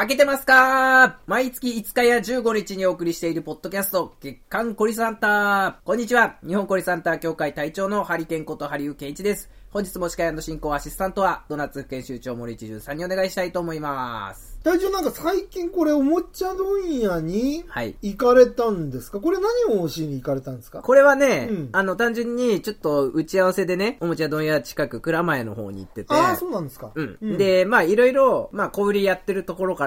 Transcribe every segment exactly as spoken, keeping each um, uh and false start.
開けてますか？毎月いつかやじゅうごにちにお送りしているポッドキャスト、月刊コリスハンター。こんにちは。日本コリスハンター協会隊長のハリケンことハリウケンイチです。本日も司会&進行アシスタントは、ドナツ副編集長森一十さんにお願いしたいと思います。 隊長、なんか最近これおもちゃ問屋にはい。 行かれたんですか？これ何をしに行かれたんですか？ これはね、 うん、 あの、単純にちょっと打ち合わせでね、おもちゃ問屋近く蔵前の方に行ってて。 ああ、そうなんですか。 うん。 うん、 で、まあいろいろ、まあ小売りやってるところから、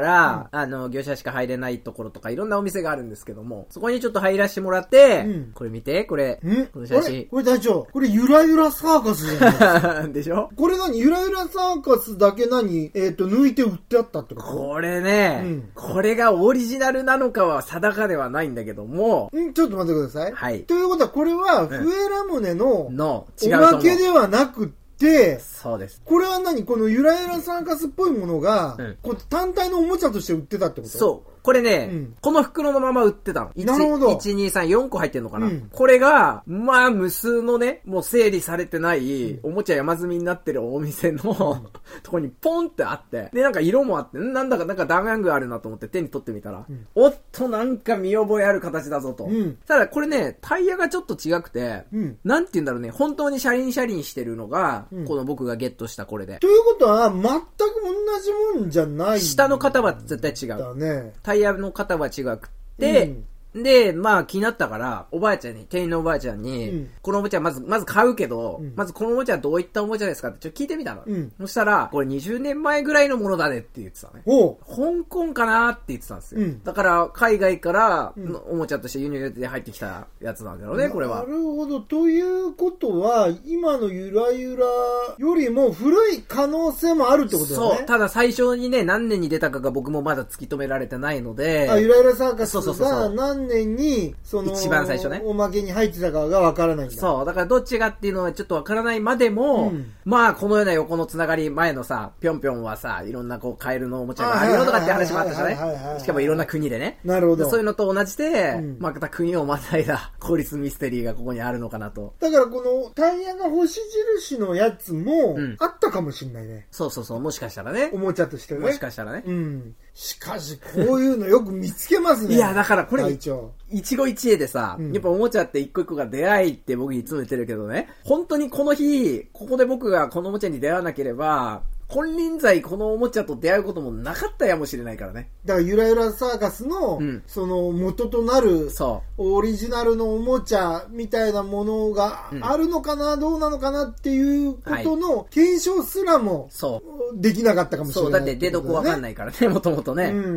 うん、あの、業者しか入れないところとかいろんなお店があるんですけども、そこにちょっと入らせてもらって、うん、これ見て、これ、この写真。 これ隊長、これゆらゆらサーカスじゃないですか。 でしょ？ これ何？ゆらゆらサーカスだけ何？えっと、抜いて売ってあったってこと？ これね、うん、これがオリジナルなのかは定かではないんだけども。 んちょっと待ってください。 はい。 ということは、これは、笛ラムネの、 の、 おまけではなくて、 そうです。 これは何？このゆらゆらサーカスっぽいものが、うん、こう単体のおもちゃとして売ってたってこと？ そう。これね、うん、この袋のまま売ってたの。 なるほど。 いち、に、さん、よんこ入ってんのかな、うん、これが、まあ、無数のね、もう整理されてない、うん、おもちゃ山積みになってるお店の、うん、とこにポンってあって、で、なんか色もあって、なんだかなんか弾丸具あるなと思って手に取ってみたら、うん、おっとなんか見覚えある形だぞと。うん、ただこれね、タイヤがちょっと違くて、うん、なんて言うんだろうね、本当に車輪車輪してるのが、うん、この僕がゲットしたこれで。 ということは、全く同じもんじゃない。 下の型は絶対違う。 だね。 タイヤの型は違くて、うん、で、まあ気になったから、おばあちゃんに、店員のおばあちゃんに、うん、このおもちゃまず、まず買うけど、うん、まずこのおもちゃはどういったおもちゃですかってちょっと聞いてみたの。うん、そしたら、これにじゅうねんまえぐらいのものだねって言ってたね。お香港かなって言ってたんですよ。うん、だから、海外からおもちゃとして輸入で入ってきたやつなんだろうね、これは。 なるほど。ということは、今のゆらゆらよりも古い可能性もあるってことだよね。 そう。ただ最初にね、何年に出たかが僕もまだ突き止められてないので。 あ、ゆらゆらサーカスが何年に、その、 一番最初ね。 おまけに入ってたかがわからないんだ。 そう。だからどっちがっていうのはちょっとわからないまでも、うん、まあ、このような横のつながり、前のさ、ぴょんぴょんはさ、いろんなこう、カエルのおもちゃがあるよとかって話もあったじゃない？しかもいろんな国でね。 なるほど。 そういうのと同じで、うん、また国をまたいだ、効率ミステリーがここにあるのかなと。 だからこの、タイヤが星印のやつも、あったかもしんないね、うん。 そうそうそう、もしかしたらね。 おもちゃとしてね。 もしかしたらね。 うん。しかし、こういうのよく見つけますね。 いや、だからこれ、一期一会でさ、うん、やっぱおもちゃって一個一個が出会いって僕にいつも言ってるけどね、本当にこの日、ここで僕がこのおもちゃに出会わなければ、金輪際このおもちゃと出会うこともなかったやもしれないからね。 だからゆらゆらサーカスの、うん、その元となるオリジナルのおもちゃみたいなものがあるのかな、うん、どうなのかなっていうことの検証すらもできなかったかもしれない、 そうだって出どこわかんないからね、もともとね、うん、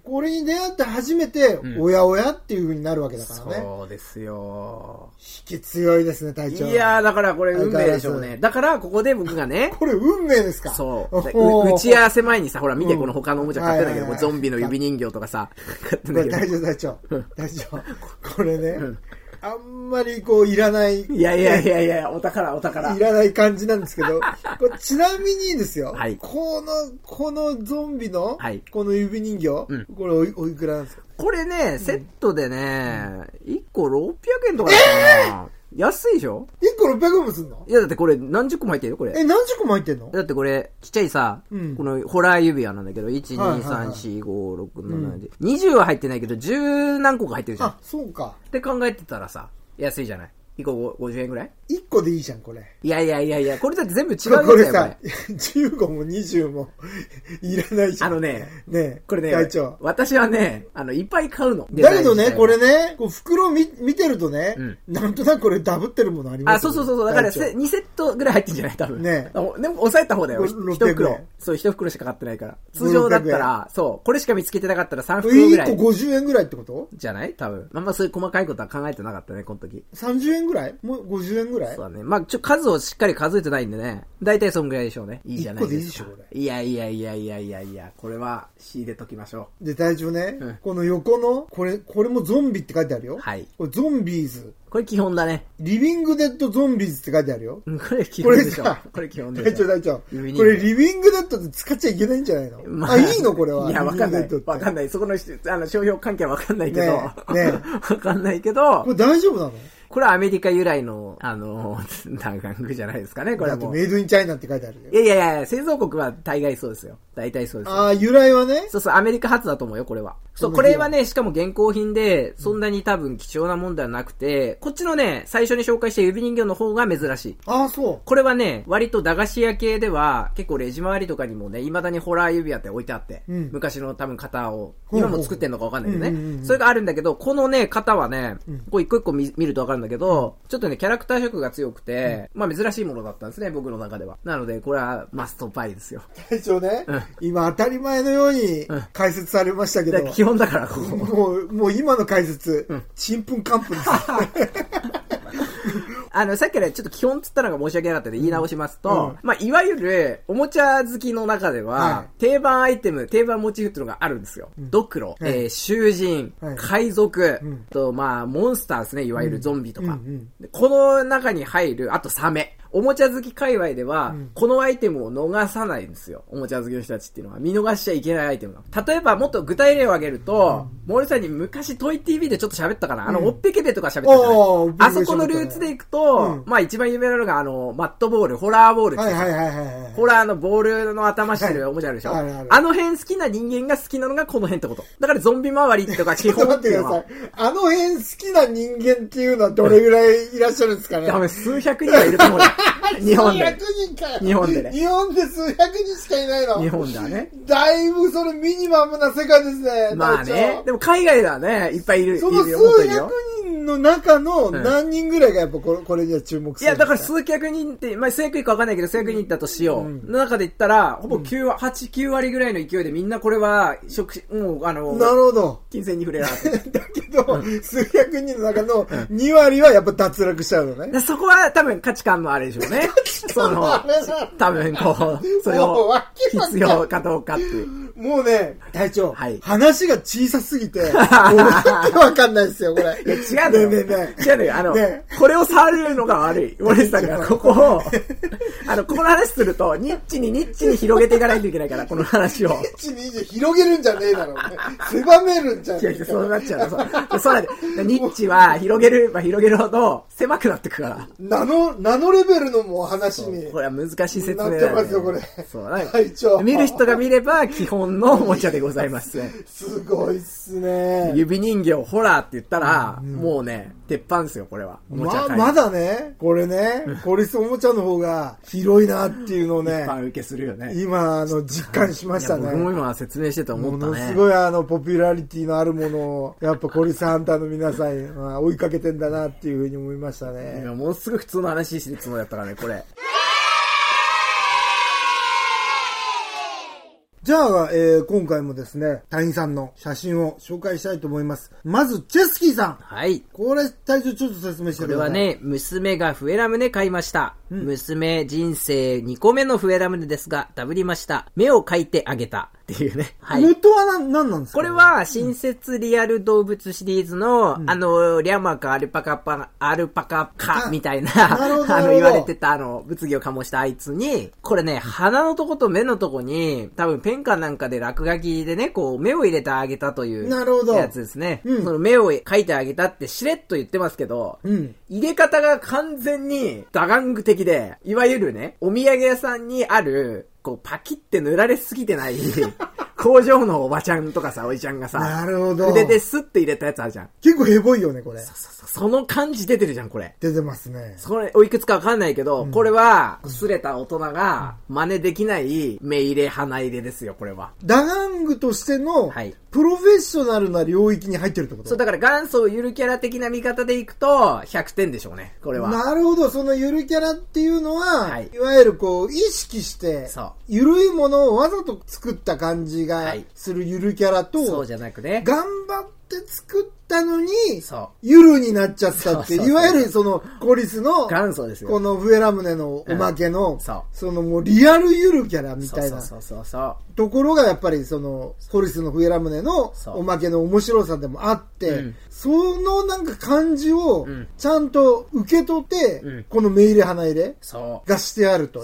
これに出会って初めて、うん、おやおやっていう風になるわけだからね。 そうですよ。 引き強いですね、隊長。 いやー、だからこれ運命でしょうね。だからここで僕がねこれ運命ですか。 そう打ち合わせ前にさ、ほら見て、この他のおもちゃ買ってんだけど、うん、ゾンビの指人形とかさ、買ってんだけど。 大丈夫、大丈夫。大丈夫。これね、うん、あんまりこういらない。 いやいやいやいや、お宝、お宝。 いらない感じなんですけど、これちなみにですよ、 はい、 この、このゾンビの、はい、この指人形、うん、これおい、おいくらなんですか？ これね、セットでね、うん、いっころっぴゃくえんとかだったかな。えー安いでしょ？ いっころっぴゃくえんもすんの？ いやだってこれ何十個も入ってるよこれ。 え、何十個も入ってんの？ だってこれちっちゃいさ、うん、このホラー指輪なんだけど、いち、に、さん、よん、ご、ろく、ななで、にじゅうは入ってないけどじゅうなんこか入ってるじゃん。 あ、そうか。 って考えてたらさ、安いじゃない。いっこごじゅうえんぐらい？ いっ 個でいいじゃんこれ。 いやいやいやいや、これだって全部違うやつだよこれさ、じゅうごもにじゅうもいらないじゃん。 あのね、 ねこれね、 隊長、 私はね、あのいっぱい買うの。 だけどね、これね、こう袋見見てるとね、うん、なんとなくこれダブってるものありますよね。 あ、そうそうそう、だからにセットぐらい入ってんじゃない多分。ね。でも抑えた方だよ。一袋。そう、一袋しか買ってないから。通常だったら、そう、これしか見つけてなかったらさん袋ぐらい。 いっこごじゅうえんぐらいってことじゃない多分。あんまそういう細かいことは考えてなかったね、この時。 さんじゅうえんぐらい？もうごじゅうえんぐらい？ そうだね。まあ、ちょ、数をしっかり数えてないんでね。だいたいそんぐらいでしょうね。いいじゃないですか。いっこでいいでしょ、これ。いやいやいやいやいやいや、これは仕入れときましょう。で、隊長ね、うん、この横の、これ、これもゾンビって書いてあるよ。 はい。 これゾンビーズ。 これ基本だね。 リビングデッドゾンビーズって書いてあるよ。 これ基本でしょ。これ基本でしょ。 隊長隊長。これリビングデッドって使っちゃいけないんじゃないの？まあ、あ、いいのこれは。 いや、わかんない。わかんない。そこの、あの、商標関係はわかんないけど。ね。ねわかんないけど。 これ大丈夫なの？ これはアメリカ由来の、あの、弾丸具じゃないですかね、これはもう。 だってメイドインチャイナって書いてあるよ。 いやいやいや、製造国は大概そうですよ。大体そうですよ。 ああ、由来はね。 そうそう、アメリカ発だと思うよ、これは。そう、これはね、しかも現行品で、そんなに多分貴重なもんではなくて、こっちのね、最初に紹介した指人形の方が珍しい。 ああ、そう。 これはね、割と駄菓子屋系では、結構レジ回りとかにもね、未だにホラー指輪って置いてあって、うん、昔の多分型を、今も作ってんのかわかんないけどね。それがあるんだけど、このね、型はね、こう一個一個 見, 見るとわかるんだけど、ちょっとね、キャラクター色が強くて、まあ珍しいものだったんですね、僕の中では。なので、これはマストバイですよ。 一応ね、うん、今当たり前のように解説されましたけど。 うん、基本だから、ここ。 もう、もう今の解説、うん、ちんぷんかんぷんです。 あの、さっきからちょっと基本つったのが申し訳なかったので言い直しますと、うんうん、まあ、いわゆる、おもちゃ好きの中では、はい、定番アイテム、定番モチーフっていうのがあるんですよ。うん、ドクロ、はい、えー、囚人、はい、海賊、うん、と、まあ、モンスターですね、いわゆるゾンビとか。うんうんうん、この中に入る、あとサメ。おもちゃ好き界隈では、うん、このアイテムを逃さないんですよ。おもちゃ好きの人たちっていうのは。見逃しちゃいけないアイテムなの。例えば、もっと具体例を挙げると、うん、モールさんに昔トイ ティーブイ でちょっと喋ったかな、うん、あの、おっぺけべとか喋ったじゃない、うん、あそこのルーツでいくと、うん、まあ一番有名なのが、あの、マットボール、ホラーボールって、はいはいはいはい、ホラーのボールの頭してるおもちゃあるでしょ、はい、あ, あの辺好きな人間が好きなのがこの辺ってこと。だからゾンビ周りとか基本っていうのは。 あの辺好きな人間っていうのはどれぐらいいらっしゃるんですかね。 多分数百人はいると思うよ。日本で。 数百人か。 日本でね。 日本で数百人しかいないの。 日本だね。 だいぶそれミニマムな世界ですね。 まあね。でも海外ではね、いっぱいいる。 その数百人の中の何人ぐらいがやっぱこれ、これには注目する。 いや、だから数百人って、まあ数百人かわかんないけど、数百人だとしよう。うん、の中で言ったら、ほぼきゅう割、はち、きゅう割ぐらいの勢いでみんなこれは、食、もう、あの、 なるほど。 金銭に触れなかった。 だけど、うん、数百人の中のに割はやっぱ脱落しちゃうのね。 そこは多分価値観のあれでしょうね。その、多分こう、それを必要かどうかっていう。 もうね、隊長、はい、話が小さすぎて、もうわけわかんないですよ、これ。 いや、違うのよ。ねねね違うのよ。あの、ね、これを触れるのが悪い。森さんがここを、あの、この話すると、ニッチにニッチに広げていかないといけないから、この話を。ニッチに広げるんじゃねえだろうね。狭めるんじゃねえ。 いや、そうなっちゃうそう。そうなんで、ニッチは広げれば広げるほど狭くなってくから。 ナノ、ナノレベルのもう話に。 これは難しい説明だ、ね。 なってますよ、これ。 そう。隊長。見る人が見れば、基本のおもちゃでございます。 すごいっすね。 指人形ホラーって言ったら、うん、もうね、鉄板ですよ、これは。 ま、まだね、これね、コリスおもちゃの方が広いなっていうのをね、 一般受けするよね。 今、あの、実感しましたね。 僕も今説明してて思ったね。 ものすごいあの、ポピュラリティのあるものを、やっぱコリスハンターの皆さん、追いかけてんだなっていうふうに思いましたね。 今もうすぐ普通の話してるつもりだったからね、これ。 じゃあ、えー、今回もですね、隊員さんの写真を紹介したいと思います。まず、チェスキーさん。 はい。 これ、隊長ちょっと説明してください。 これはね、娘が笛ラムネ買いました。うん、娘人生にこめの笛ラムネですが、ダブりました。目を描いてあげた。っていうね。 はい。元は何、何なんですか？ これは、新設リアル動物シリーズの、うん、あの、リャマかアルパカパ、アルパカか、みたいな、あの、言われてた、あの、物議を醸したあいつに、これね、鼻のとこと目のとこに、多分ペンカなんかで落書きでね、こう、目を入れてあげたという、なるほど。やつですね。うん、その目を描いてあげたってしれっと言ってますけど、うん、入れ方が完全に、打玩具的で、いわゆるね、お土産屋さんにある、こう、パキって塗られすぎてない、工場のおばちゃんとかさ、おじちゃんがさ、 なるほど。 筆でスッて入れたやつあるじゃん。 結構ヘボいよね、これ。 そうそうそう。その感じ出てるじゃん、これ。 出てますね。 それ、おいくつかわかんないけど、うん、これは、擦れた大人が、真似できない目入れ、鼻入れですよ、これは。 打玩具としての、はい。プロフェッショナルな領域に入ってるってこと？ そう、だから元祖ゆるキャラ的な見方でいくと、ひゃくてんでしょうね、これは。 なるほど、そのゆるキャラっていうのは、はい、いわゆるこう、意識して、そう。ゆるいものをわざと作った感じがするゆるキャラと、はい、 そうじゃなくね。 頑張って作ったのに、そう。ゆるになっちゃったって、いわゆるその、コリスの、 元祖ですよ。 この笛ラムネのおまけの、うん、そう。そのもうリアルゆるキャラみたいな。 そうそうそうそう。 ところがやっぱりその、コリスの笛ラムネのおまけの面白さでもあって、うん、そのなんか感じを、ちゃんと受け取って、うん、この目入れ鼻入れがしてあるという。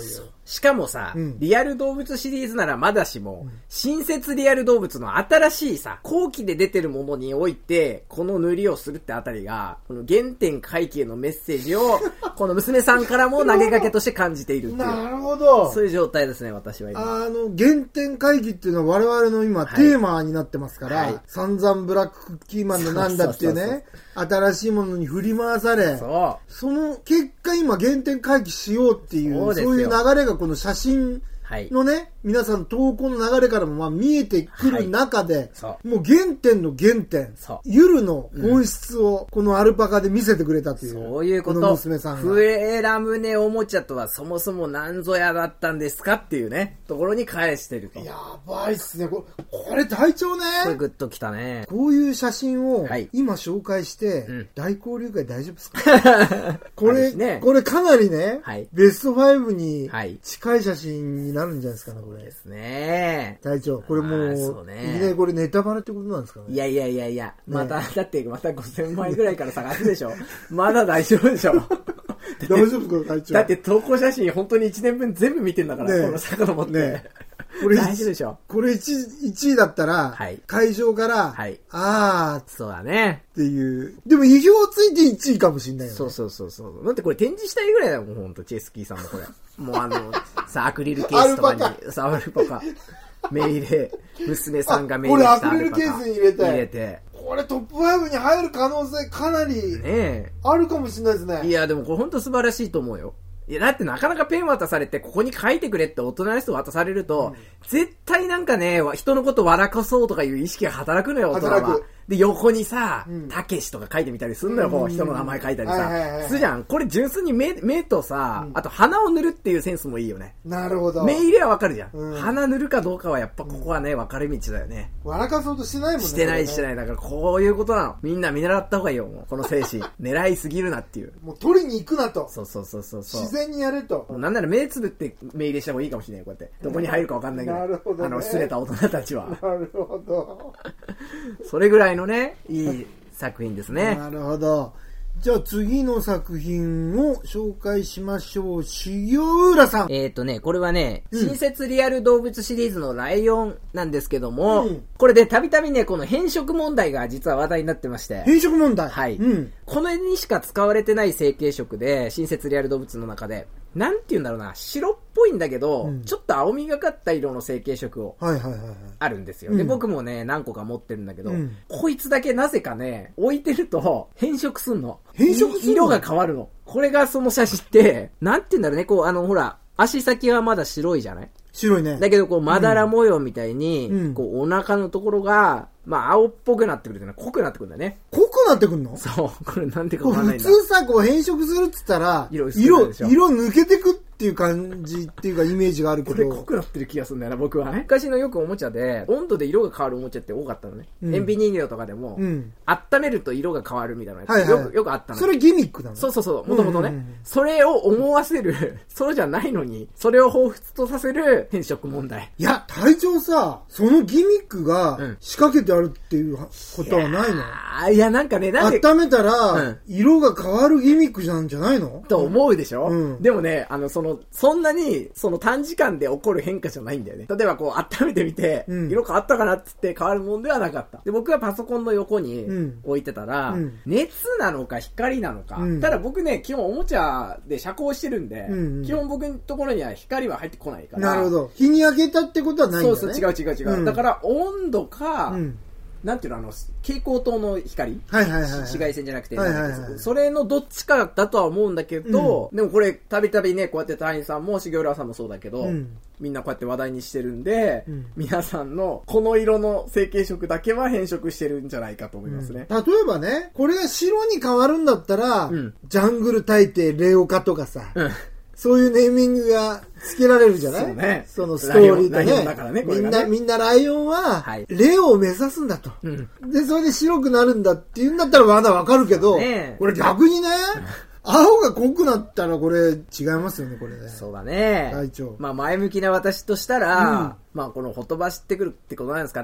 しかもさ、うん、リアル動物シリーズならまだしも、うん、新設リアル動物の新しいさ、後期で出てるものにおいて、この塗りをするってあたりが、この原点回帰のメッセージを、この娘さんからも投げかけとして感じているっていう。 なるほど。 そういう状態ですね、私は今。 あの、原点回帰っていうのは我々の今、はい、テーマになってますから、はい、散々ブラッククッキーマンのなんだっていうね、新しいものに振り回され、そう。その結果今原点回帰しようっていう、そういう流れがこの写真のね、はい、皆さんの投稿の流れからもまあ見えてくる中で、はい、もう原点の原点、ゆるの本質をこのアルパカで見せてくれたという、 うん、そういうこと。 この娘さんが。 笛ラムネおもちゃとはそもそも何ぞやだったんですかっていうね、ところに返してると。 やばいっすね。これ、これ隊長ね。 これグッときたね。 こういう写真を今紹介して、はい、大交流会大丈夫ですかこれ、ね、これかなりね、はい、ベストファイブに近い写真になるんじゃないですかね、これ。 そうですね。 隊長、これもう、そうね、いきなりこれネタバレってことなんですかね。 いやいやいやいや、また、ね、だってまたごせんまいぐらいから探すでしょ。まだ大丈夫でしょ。 大丈夫か、隊長。 だって投稿写真本当にいちねんぶん全部見てんだから、ね、この遡って。ねこれ大丈夫でしょ。 これ 1, いちいだったら、はい、会場から、はい、あー、 そうだね。 っていう。でも意表ついていちいかもしんないよね。 そうそうそうそう。だってこれ展示したいぐらいだもん、ほんと、チェスキーさんもこれ。もうあの、さ、アクリルケースとかに、さ、アルパカ。目入れ、娘さんが目入れしたアルパカ。 これアクリルケースに入れて。 入れて。 これトップファイブに入る可能性かなり、ね、あるかもしれないですね。 いや、でもこれほんと素晴らしいと思うよ。いや、だってなかなかペン渡されて、ここに書いてくれって大人の人渡されると、うん、絶対なんかね、人のこと笑かそうとかいう意識が働くのよ、大人は。で、横にさ、たけしとか書いてみたりすんのよ、こう、人の名前書いたりさ。するじゃん。これ純粋に目、目とさ、うん、あと鼻を塗るっていうセンスもいいよね。 なるほど。 目入れはわかるじゃん。うん、鼻塗るかどうかはやっぱここはね、分かれ道だよね。 笑かそうとしないもんね。 してないしてない。だからこういうことなの。みんな見習った方がいいよ、もう。この精神。狙いすぎるなっていう。 もう取りに行くなと。 そうそうそうそう。 自然にやれと。 なんなら目つぶって目入れした方がいいかもしれない、こうやって。どこに入るかわかんないぐらい。なるほど、ね。あの、捨てた大人たちは。 なるほど。 それぐらいのね、いい作品ですね。 なるほど。じゃあ次の作品を紹介しましょう。茂浦さん。 えっとね、これはね、うん、新設リアル動物シリーズのライオンなんですけども、うん、これでたびたびね、この変色問題が実は話題になってまして。 変色問題はい。うん、この絵にしか使われてない成型色で、新設リアル動物の中で、なんて言うんだろうな、白っぽいんだけど、うん、ちょっと青みがかった色の成型色を、はいはいはいはい、あるんですよ。で、うん、僕もね、何個か持ってるんだけど、うん、こいつだけなぜかね、置いてると変色すんの。 変色すんの？ 色が変わるの。これがその写真って、なんて言うんだろうね、こう、あの、ほら、足先はまだ白いじゃない？ 白いね。 だけど、こう、まだら模様みたいに、うん、こう、お腹のところが、まあ、青っぽくなってくるというのは濃くなってくるんだね。 濃くなってくるの？ そう。これなんていうかわかんないんだ。 普通さ、こう変色するって言ったら、色、色、色抜けてくっていう感じっていうかイメージがあるけど。 これ濃くなってる気がするんだよな、僕はね。昔のよくおもちゃで、温度で色が変わるおもちゃって多かったのね。うん、塩ビ人形とかでも、うん、温めると色が変わるみたいなやつ、はいはい、よく、よくあったの。 それギミックなの？ そうそうそう、もともとね、うんうんうん。それを思わせる、そうじゃないのに、それを彷彿とさせる変色問題。 いや、隊長さ、そのギミックが仕掛けてあるっていうことはないの？ うん、いや、なんかね、なんで温めたら、色が変わるギミックなんじゃないの？ と思うでしょ、うん、でもね、あの、その、そんなに、その短時間で起こる変化じゃないんだよね。例えばこう、温めてみて、うん、色変わったかなって言って変わるもんではなかった。で、僕はパソコンの横に置いてたら、うん、熱なのか光なのか、うん。ただ僕ね、基本おもちゃで遮光してるんで、うんうん、基本僕のところには光は入ってこないから。 なるほど。日に焼けたってことはないんだね。 そうそう、違う違う違う。うん、だから温度か、うんなんていうの、あの、蛍光灯の光、 はいはいはいはい、 紫外線じゃなくて、はいはいはい、それのどっちかだとは思うんだけど、うん、でもこれ、たびたびね、こうやって隊員さんも、茂浦さんもそうだけど、うん、みんなこうやって話題にしてるんで、うん、皆さんの、この色の成型色だけは変色してるんじゃないかと思いますね。 うん、例えばね、これが白に変わるんだったら、うん、ジャングル大帝レオカとかさ、うんそういうネーミングが付けられるじゃない？ そうね。 そのストーリーとね。 だからね、 みんな、みんなライオンは、レオを目指すんだと、うん。で、それで白くなるんだっていうんだったらまだわかるけど、ね、これ逆にね、青が濃くなったらこれ違いますよね、これね。 そうだね。 隊長。 まあ前向きな私としたら、うん、まあこのほとばしってくるってことなんですかね。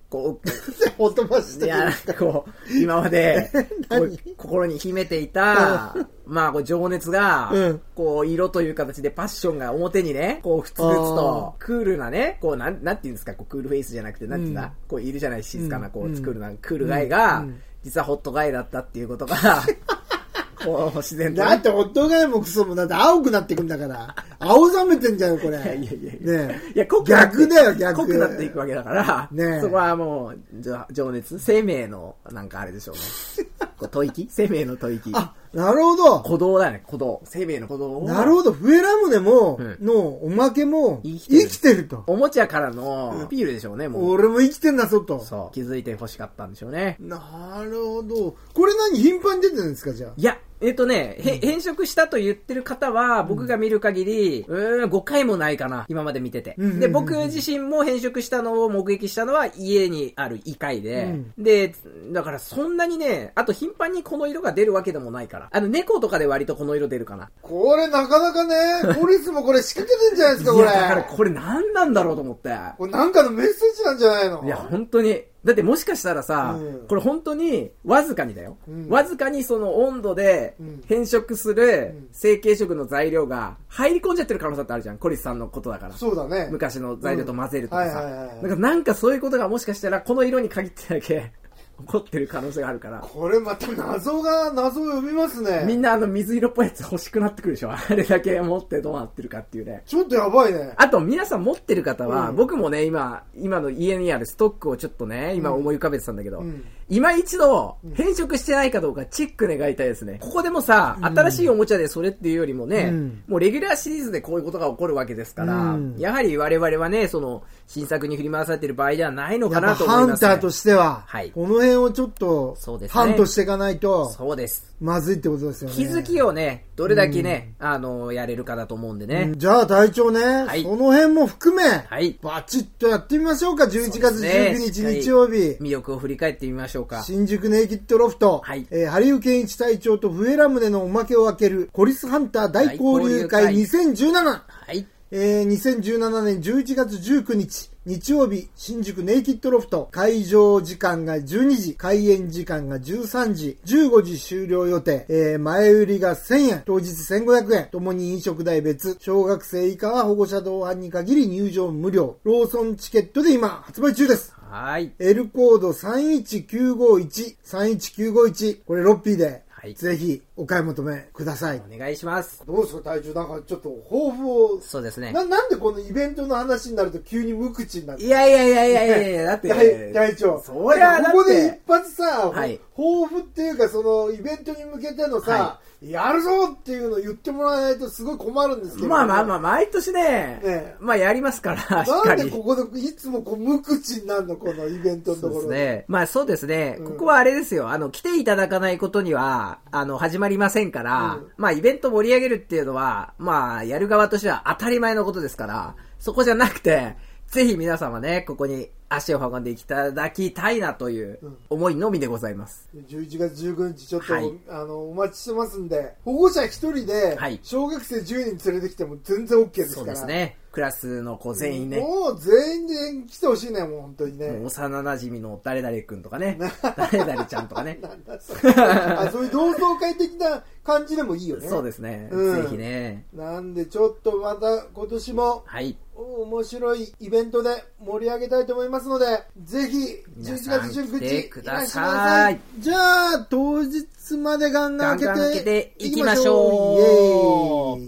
こう、 ほとばしていや、こう、今まで、こう心に秘めていた、まあ、こう情熱が、うん、こう、色という形でパッションが表にね、こう、ふつふつと、クールなね、こう、なん、なんていうんですか、こう、クールフェイスじゃなくて、なんていうんだ、うん、こう、いるじゃない、静かな、こう、クールな、クールガイが、うん、実はホットガイだったっていうことが、こう、自然と、ね。 だって、ホットガイもクソも、だって青くなっていくんだから。青ざめてんじゃん、これ。いやいやいや。ねえ。いや、逆だよ、逆。 濃くなっていくわけだから、ねえ。そこはもう、情熱、生命の、なんかあれでしょうね。こう吐息生命の吐息。 あ、なるほど。 鼓動だよね、鼓動。生命の鼓動。 なるほど。笛ラムネも、うん、のおまけも、生きてる。生きてると。 おもちゃからのアピールでしょうね、もう。 俺も生きてんだぞと。 そう。気づいて欲しかったんでしょうね。 なるほど。これ何頻繁に出てるんですか、じゃあ。 いや、えっとね、へ、変色したと言ってる方は、僕が見る限り、うーん、ごかいもないかな、今まで見てて。で、僕自身も変色したのを目撃したのは家にある異界で、うん、で、だからそんなにね、あと頻繁にこの色が出るわけでもないから。あの、猫とかで割とこの色出るかな。 これなかなかね、ポリスもこれ仕掛けてんじゃないですか、これ。いや、 だからこれ何なんだろうと思って。 これなんかのメッセージなんじゃないの？ いや、本当に。だってもしかしたらさ、うん、これ本当にわずかにだよ、うん、わずかにその温度で変色する成型色の材料が入り込んじゃってる可能性ってあるじゃん。コリスさんのことだから。 そうだね。 昔の材料と混ぜるとかさ。なんかなんかそういうことがもしかしたらこの色に限ってだけ起こってる可能性があるから。 これまた謎が謎を呼びますね。 みんなあの水色っぽいやつ欲しくなってくるでしょ。あれだけ持ってどうなってるかっていうね。 ちょっとやばいね。 あと皆さん持ってる方は、うん、僕もね今今の家にあるストックをちょっとね今思い浮かべてたんだけど、うん、今一度変色してないかどうかチェック願いたいですね。ここでもさ、新しいおもちゃでそれっていうよりもね、うん、もうレギュラーシリーズでこういうことが起こるわけですから、うん、やはり我々はねその新作に振り回されてる場合ではないのかなと思いますね。 ハンターとしては、はい、この辺をちょっとそうですね。 ハントしていかないと、 そうです。 まずいってことですよね。 気づきをね、どれだけね、うん、あの、やれるかだと思うんでね。 うん、じゃあ隊長ね、はい、その辺も含め、 はい、 バチッとやってみましょうか、じゅういちがつじゅうくにち、ね、日曜日。 魅力を振り返ってみましょうか。 新宿ネイキッドロフト、はい、えー、ハリウケンイチ隊長と笛ラムネのおまけを開ける、コリスハンター大交流会にせんじゅうなな。はい。えー、にせんじゅうななねんじゅういちがつじゅうくにち、日曜日、新宿ネイキッドロフト、会場時間がじゅうにじ、開演時間がじゅうさんじ、じゅうごじ終了予定、えー、前売りがせんえん、当日せんごひゃくえん、ともに飲食代別、小学生以下は保護者同伴に限り入場無料、ローソンチケットで今発売中です。 はい。 L コードさんいちきゅうごいち、さんいちきゅうごいち、これロッピーで、はい、ぜひお買い求めください。 お願いします。 どうですか隊長、なんかちょっと抱負を。 そうですね。 な、なんでこのイベントの話になると急に無口になる？ いやいやいやいやいやいや、だって。 隊長。 そりゃここで一発さ、はい、抱負っていうかそのイベントに向けてのさ、はい、やるぞっていうのを言ってもらわないとすごい困るんですけど、ね。 まあまあまあ、毎年ね、ねまあやりますから、 なんでここでいつもこう無口になるのこのイベントのところで。 そうですね。まあそうですね、うん、ここはあれですよ、あの、来ていただかないことには、あの、始まりませんから、うん、まあイベント盛り上げるっていうのは、まあやる側としては当たり前のことですから、そこじゃなくて、ぜひ皆様ね、ここに足を運んでいただきたいなという思いのみでございます。 じゅういちがつじゅうくにちちょっと、はい、あのお待ちしてますんで、保護者ひとりで小学生じゅうにん連れてきても全然 OK ですから。そうですね。 クラスの子全員ね。 もう全員で来てほしいね、もう本当にね。 幼馴染の誰々くんとかね。誰々ちゃんとかね。 なんだそれあ、そういう同窓会的な感じでもいいよね。 そうですね。うん、ぜひね。 なんでちょっとまた今年も、はい。面白いイベントで盛り上げたいと思いますので、ぜひじゅういちがつじゅうくにちいらっしゃいまさい。じゃあ当日までガンガン開けていきましょう。イエーイ。